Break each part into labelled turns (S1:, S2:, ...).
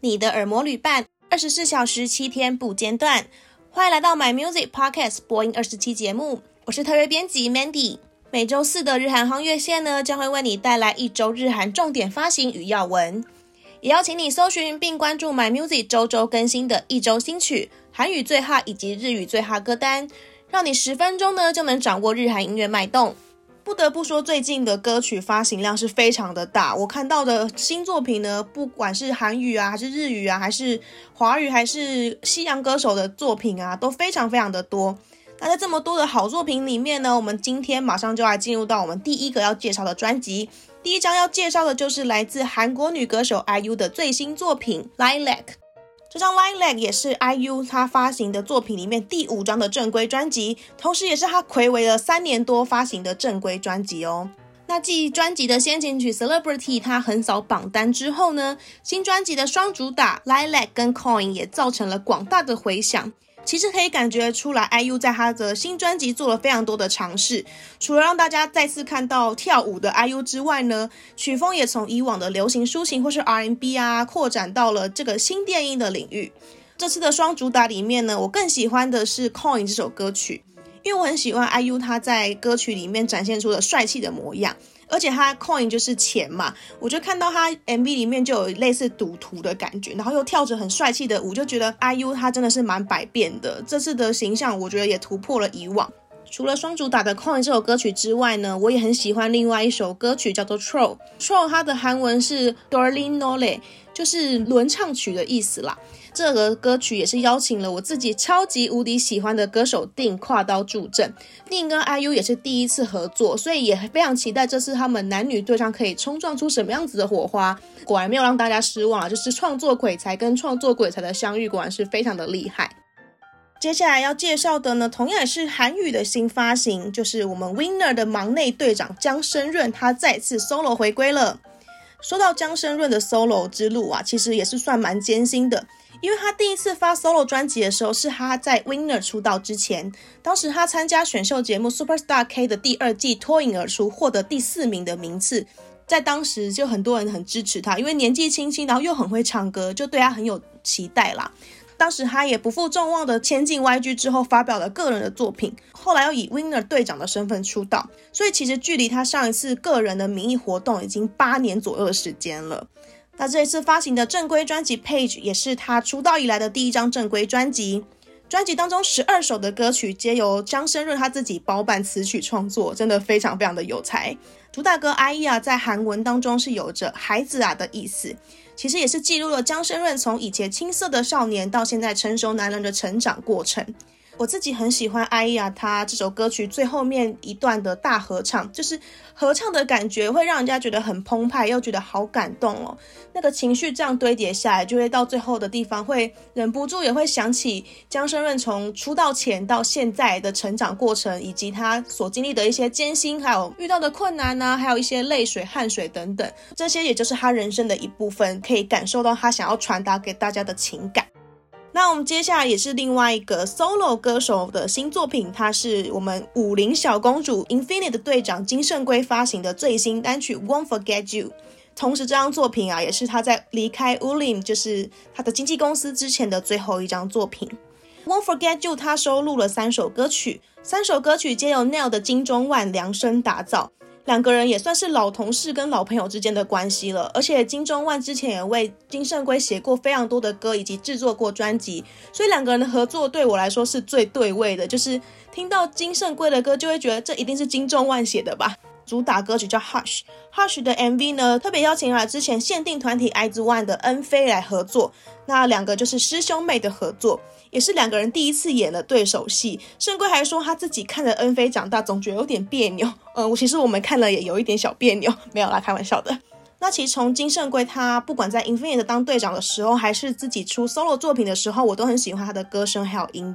S1: 你的耳膜旅伴，24小时7天不间断。欢迎来到 My Music Podcast 播音27节目，我是特约编辑 Mandy。每周四的日韩夯乐线呢，将会为你带来一周日韩重点发行与要闻，也邀请你搜寻并关注 My Music 周周更新的一周新曲、韩语最哈以及日语最哈歌单，让你10分钟呢就能掌握日韩音乐脉动。不得不说，最近的歌曲发行量是非常的大，我看到的新作品呢，不管是韩语啊，还是日语啊，还是华语，还是西洋歌手的作品啊，都非常非常的多。那在这么多的好作品里面呢，我们今天马上就来进入到我们第一个要介绍的专辑。第一张要介绍的就是来自韩国女歌手 IU 的最新作品 Lilac。 这张 Lilac 也是 IU 她发行的作品里面第5张的正规专辑，同时也是她睽违了3年多发行的正规专辑哦。那继专辑的先行曲 Celebrity 它横扫榜单之后呢，新专辑的双主打 Lilac 跟 Coin 也造成了广大的回响。其实可以感觉出来 IU 在他的新专辑做了非常多的尝试，除了让大家再次看到跳舞的 IU 之外呢，曲风也从以往的流行抒情或是 R&B 啊，扩展到了这个新电音的领域。这次的双主打里面呢，我更喜欢的是 Coin 这首歌曲，因为我很喜欢 IU 他在歌曲里面展现出了帅气的模样，而且他 Coin 就是钱嘛，我就看到他 MV 里面就有类似赌徒的感觉，然后又跳着很帅气的舞，就觉得 IU 他真的是蛮百变的，这次的形象我觉得也突破了以往。除了双主打的 Coin 这首歌曲之外呢，我也很喜欢另外一首歌曲叫做 Troll。 Troll 它的韩文是 Dorlin Nole， 就是轮唱曲的意思啦。这个歌曲也是邀请了我自己超级无敌喜欢的歌手 Dean 跨刀助阵。Dean 跟 IU 也是第一次合作，所以也非常期待这次他们男女对唱可以冲撞出什么样子的火花。果然没有让大家失望，就是创作鬼才跟创作鬼才的相遇，果然是非常的厉害。接下来要介绍的呢，同样也是韩语的新发行，就是我们 Winner 的忙内队长姜申润，他再次 solo 回归了。说到姜申润的 solo 之路啊，其实也是算蛮艰辛的，因为他第一次发 solo 专辑的时候是他在 Winner 出道之前，当时他参加选秀节目 Superstar K 的第2季脱颖而出，获得第4名的名次。在当时就很多人很支持他，因为年纪轻轻然后又很会唱歌，就对他很有期待啦。当时他也不负众望的签进 YG 之后，发表了个人的作品，后来又以 Winner 队长的身份出道，所以其实距离他上一次个人的民意活动已经8年左右的时间了。那这一次发行的正规专辑 Page 也是他出道以来的第1张正规专辑，专辑当中12首的歌曲皆由姜申润他自己包办词曲创作，真的非常非常的有才。主打歌 IE 在韩文当中是有着孩子啊的意思，其实也是记录了姜申润从以前青涩的少年到现在成熟男人的成长过程。我自己很喜欢 IE 他这首歌曲最后面一段的大合唱，就是合唱的感觉会让人家觉得很澎湃，又觉得好感动哦。那个情绪这样堆叠下来，就会到最后的地方会忍不住也会想起姜申润从出道前到现在的成长过程，以及他所经历的一些艰辛，还有遇到的困难啊，还有一些泪水汗水等等，这些也就是他人生的一部分，可以感受到他想要传达给大家的情感。那我们接下来也是另外一个 solo 歌手的新作品，它是我们50小公主 Infinite 的队长金圣圭发行的最新单曲 Won't Forget You。 同时这张作品啊，也是他在离开 Ulim 就是他的经纪公司之前的最后一张作品。 Won't Forget You 他收录了3首歌曲，3首歌曲皆由 Nail 的金钟万量身打造，两个人也算是老同事跟老朋友之间的关系了，而且金钟万之前也为金圣圭写过非常多的歌以及制作过专辑，所以两个人的合作对我来说是最对味的，就是听到金圣圭的歌就会觉得这一定是金钟万写的吧。主打歌曲叫 Hush 的 MV 呢，特别邀请了之前限定团体 IZ*ONE 的恩菲来合作，那两个就是师兄妹的合作，也是两个人第一次演了对手戏。圣圭还说他自己看着恩菲长大总觉得有点别扭，其实我们看了也有一点小别扭，没有啦，开玩笑的。那其实从金圣圭他不管在 Infinite 当队长的时候，还是自己出 solo 作品的时候，我都很喜欢他的歌声还有音乐。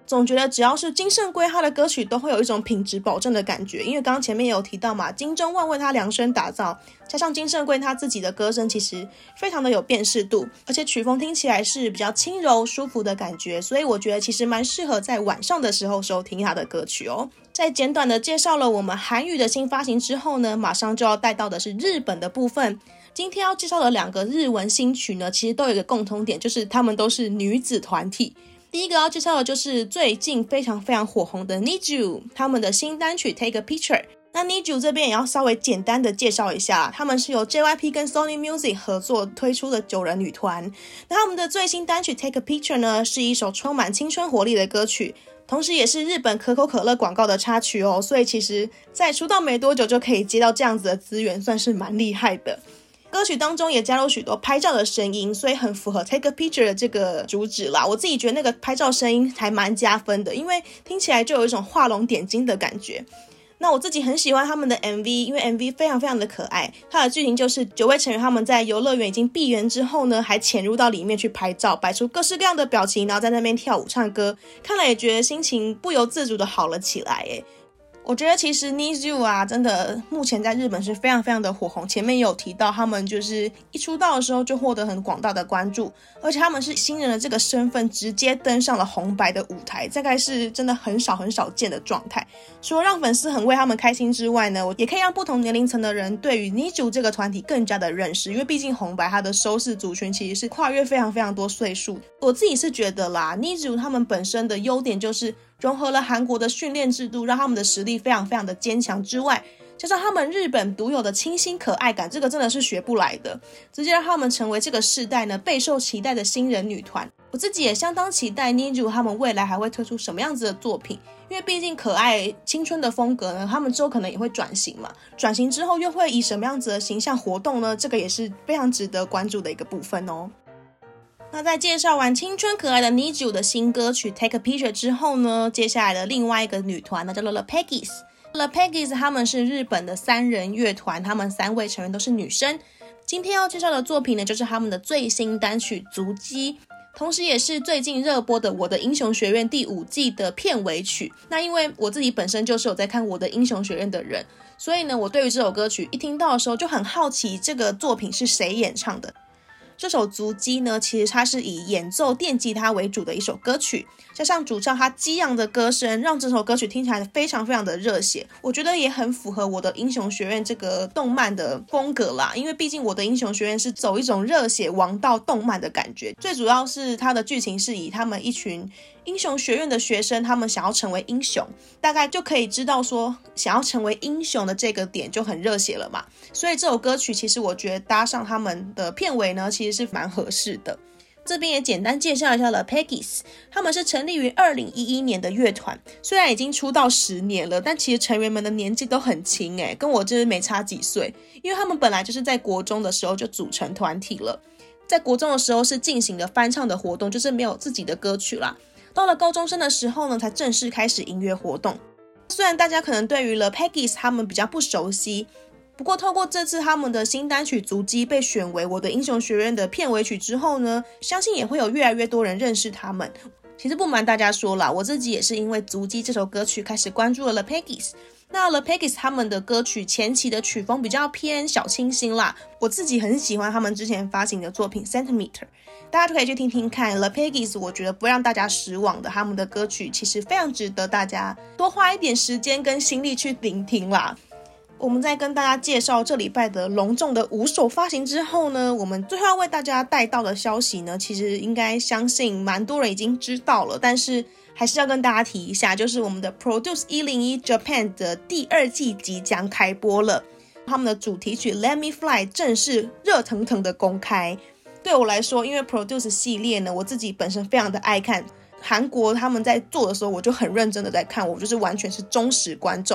S1: 总觉得只要是金圣圭他的歌曲都会有一种品质保证的感觉，因为刚刚前面也有提到嘛，金钟万为他量身打造，加上金圣圭他自己的歌声其实非常的有辨识度，而且曲风听起来是比较轻柔舒服的感觉，所以我觉得其实蛮适合在晚上的时候收听他的歌曲哦。在简短的介绍了我们韩语的新发行之后呢，马上就要带到的是日本的部分。今天要介绍的2个日文新曲呢，其实都有一个共同点，就是他们都是女子团体。第一个要介绍的就是最近非常非常火红的 NiziU 他们的新单曲 Take a Picture。 那 NiziU 这边也要稍微简单的介绍一下，他们是由 JYP 跟 Sony Music 合作推出的9人女团。那他们的最新单曲 Take a Picture 呢，是一首充满青春活力的歌曲，同时也是日本可口可乐广告的插曲哦，所以其实在出道没多久就可以接到这样子的资源，算是蛮厉害的。歌曲当中也加入许多拍照的声音，所以很符合 Take a Picture 的这个主旨啦。我自己觉得那个拍照声音还蛮加分的，因为听起来就有一种画龙点睛的感觉。那我自己很喜欢他们的 MV， 因为 MV 非常非常的可爱。它的剧情就是9位成员他们在游乐园已经闭园之后呢，还潜入到里面去拍照，摆出各式各样的表情，然后在那边跳舞唱歌，看了也觉得心情不由自主的好了起来耶。我觉得其实 NiziU 啊，真的目前在日本是非常非常的火红。前面也有提到，他们就是一出道的时候就获得很广大的关注，而且他们是新人的这个身份直接登上了红白的舞台，大概是真的很少很少见的状态。除了让粉丝很为他们开心之外呢，也可以让不同年龄层的人对于 NiziU 这个团体更加的认识，因为毕竟红白它的收视族群其实是跨越非常非常多岁数。我自己是觉得啦， NiziU 他们本身的优点就是融合了韩国的训练制度，让他们的实力非常非常的坚强之外，加上他们日本独有的清新可爱感，这个真的是学不来的，直接让他们成为这个世代呢备受期待的新人女团。我自己也相当期待 NiziU 他们未来还会推出什么样子的作品，因为毕竟可爱青春的风格呢，他们之后可能也会转型嘛，转型之后又会以什么样子的形象活动呢？这个也是非常值得关注的一个部分哦。那在介绍完青春可爱的 NiziU 的新歌曲 Take a Picture 之后呢，接下来的另外一个女团呢叫做 The Peggies。The Peggies 他们是日本的3人乐团，他们3位成员都是女生。今天要介绍的作品呢，就是他们的最新单曲足迹，同时也是最近热播的《我的英雄学院》第5季的片尾曲。那因为我自己本身就是有在看《我的英雄学院》的人，所以呢，我对于这首歌曲一听到的时候就很好奇这个作品是谁演唱的。这首足迹呢，其实它是以演奏电吉他为主的一首歌曲，加上主唱他激昂的歌声，让这首歌曲听起来非常非常的热血。我觉得也很符合我的英雄学院这个动漫的风格啦，因为毕竟我的英雄学院是走一种热血王道动漫的感觉，最主要是它的剧情是以他们一群英雄学院的学生，他们想要成为英雄，大概就可以知道说想要成为英雄的这个点就很热血了嘛。所以这首歌曲其实我觉得搭上他们的片尾呢，其实是蛮合适的。这边也简单介绍一下 The Peggies， 他们是成立于2011年的乐团，虽然已经出道10年了，但其实成员们的年纪都很轻跟我就是没差几岁，因为他们本来就是在国中的时候就组成团体了，在国中的时候是进行了翻唱的活动，就是没有自己的歌曲啦。到了高中生的时候呢，才正式开始音乐活动。虽然大家可能对于 The Peggies 他们比较不熟悉，不过透过这次他们的新单曲足迹被选为我的英雄学院的片尾曲之后呢，相信也会有越来越多人认识他们。其实不瞒大家说啦，我自己也是因为足迹这首歌曲开始关注了 The Peggies。那 The Peggies 他们的歌曲前期的曲风比较偏小清新啦，我自己很喜欢他们之前发行的作品 Centimeter， 大家都可以去听听看。 The Peggies 我觉得不会让大家失望的，他们的歌曲其实非常值得大家多花一点时间跟心力去聆听啦。我们在跟大家介绍这礼拜的隆重的5首发行之后呢，我们最后要为大家带到的消息呢，其实应该相信蛮多人已经知道了，但是还是要跟大家提一下，就是我们的 Produce 101 Japan 的第2季即将开播了，他们的主题曲 Let Me Fly 正式热腾腾的公开。对我来说，因为 Produce 系列呢，我自己本身非常的爱看，韩国他们在做的时候我就很认真的在看，我就是完全是忠实观众，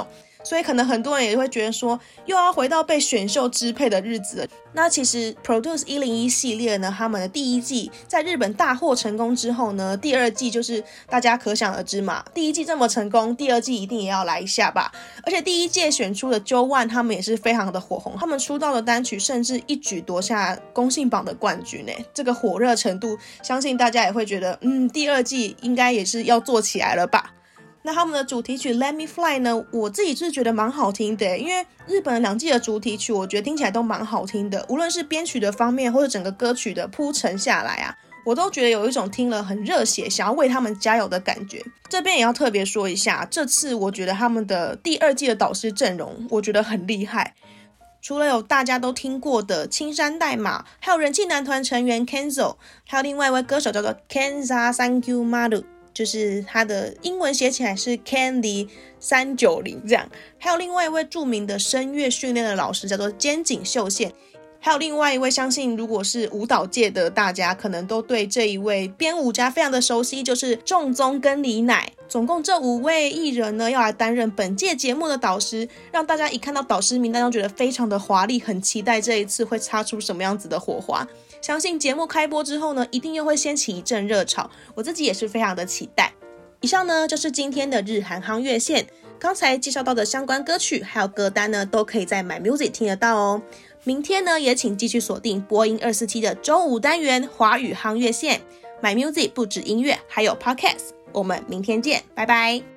S1: 所以可能很多人也会觉得说又要回到被选秀支配的日子了。那其实 Produce 101系列呢，他们的第一季在日本大获成功之后呢，第二季就是大家可想而知嘛，第一季这么成功，第二季一定也要来一下吧。而且第一届选出的 JO1 他们也是非常的火红，他们出道的单曲甚至一举夺下公信榜的冠军耶，这个火热程度相信大家也会觉得第二季应该也是要做起来了吧。那他们的主题曲 Let Me Fly 呢，我自己是觉得蛮好听的，因为日本的2季的主题曲我觉得听起来都蛮好听的，无论是编曲的方面或者整个歌曲的铺陈下来啊，我都觉得有一种听了很热血想要为他们加油的感觉。这边也要特别说一下，这次我觉得他们的第2季的导师阵容我觉得很厉害，除了有大家都听过的青山代码，还有人气男团成员 Kenzo， 还有另外一位歌手叫做 Kenza Thank You Maru，就是他的英文写起来是 Candy 390这样，还有另外一位著名的声乐训练的老师叫做菅井秀宪，还有另外一位相信如果是舞蹈界的大家可能都对这一位编舞家非常的熟悉，就是仲宗跟李乃。总共这5位艺人呢要来担任本届节目的导师，让大家一看到导师名单都觉得非常的华丽，很期待这一次会擦出什么样子的火花。相信节目开播之后呢，一定又会掀起一阵热潮，我自己也是非常的期待。以上呢就是今天的日韩夯乐线，刚才介绍到的相关歌曲还有歌单呢，都可以在 My Music 听得到哦。明天呢也请继续锁定播音247的周5单元华语夯乐线， My Music 不止音乐还有 Podcast， 我们明天见，拜拜。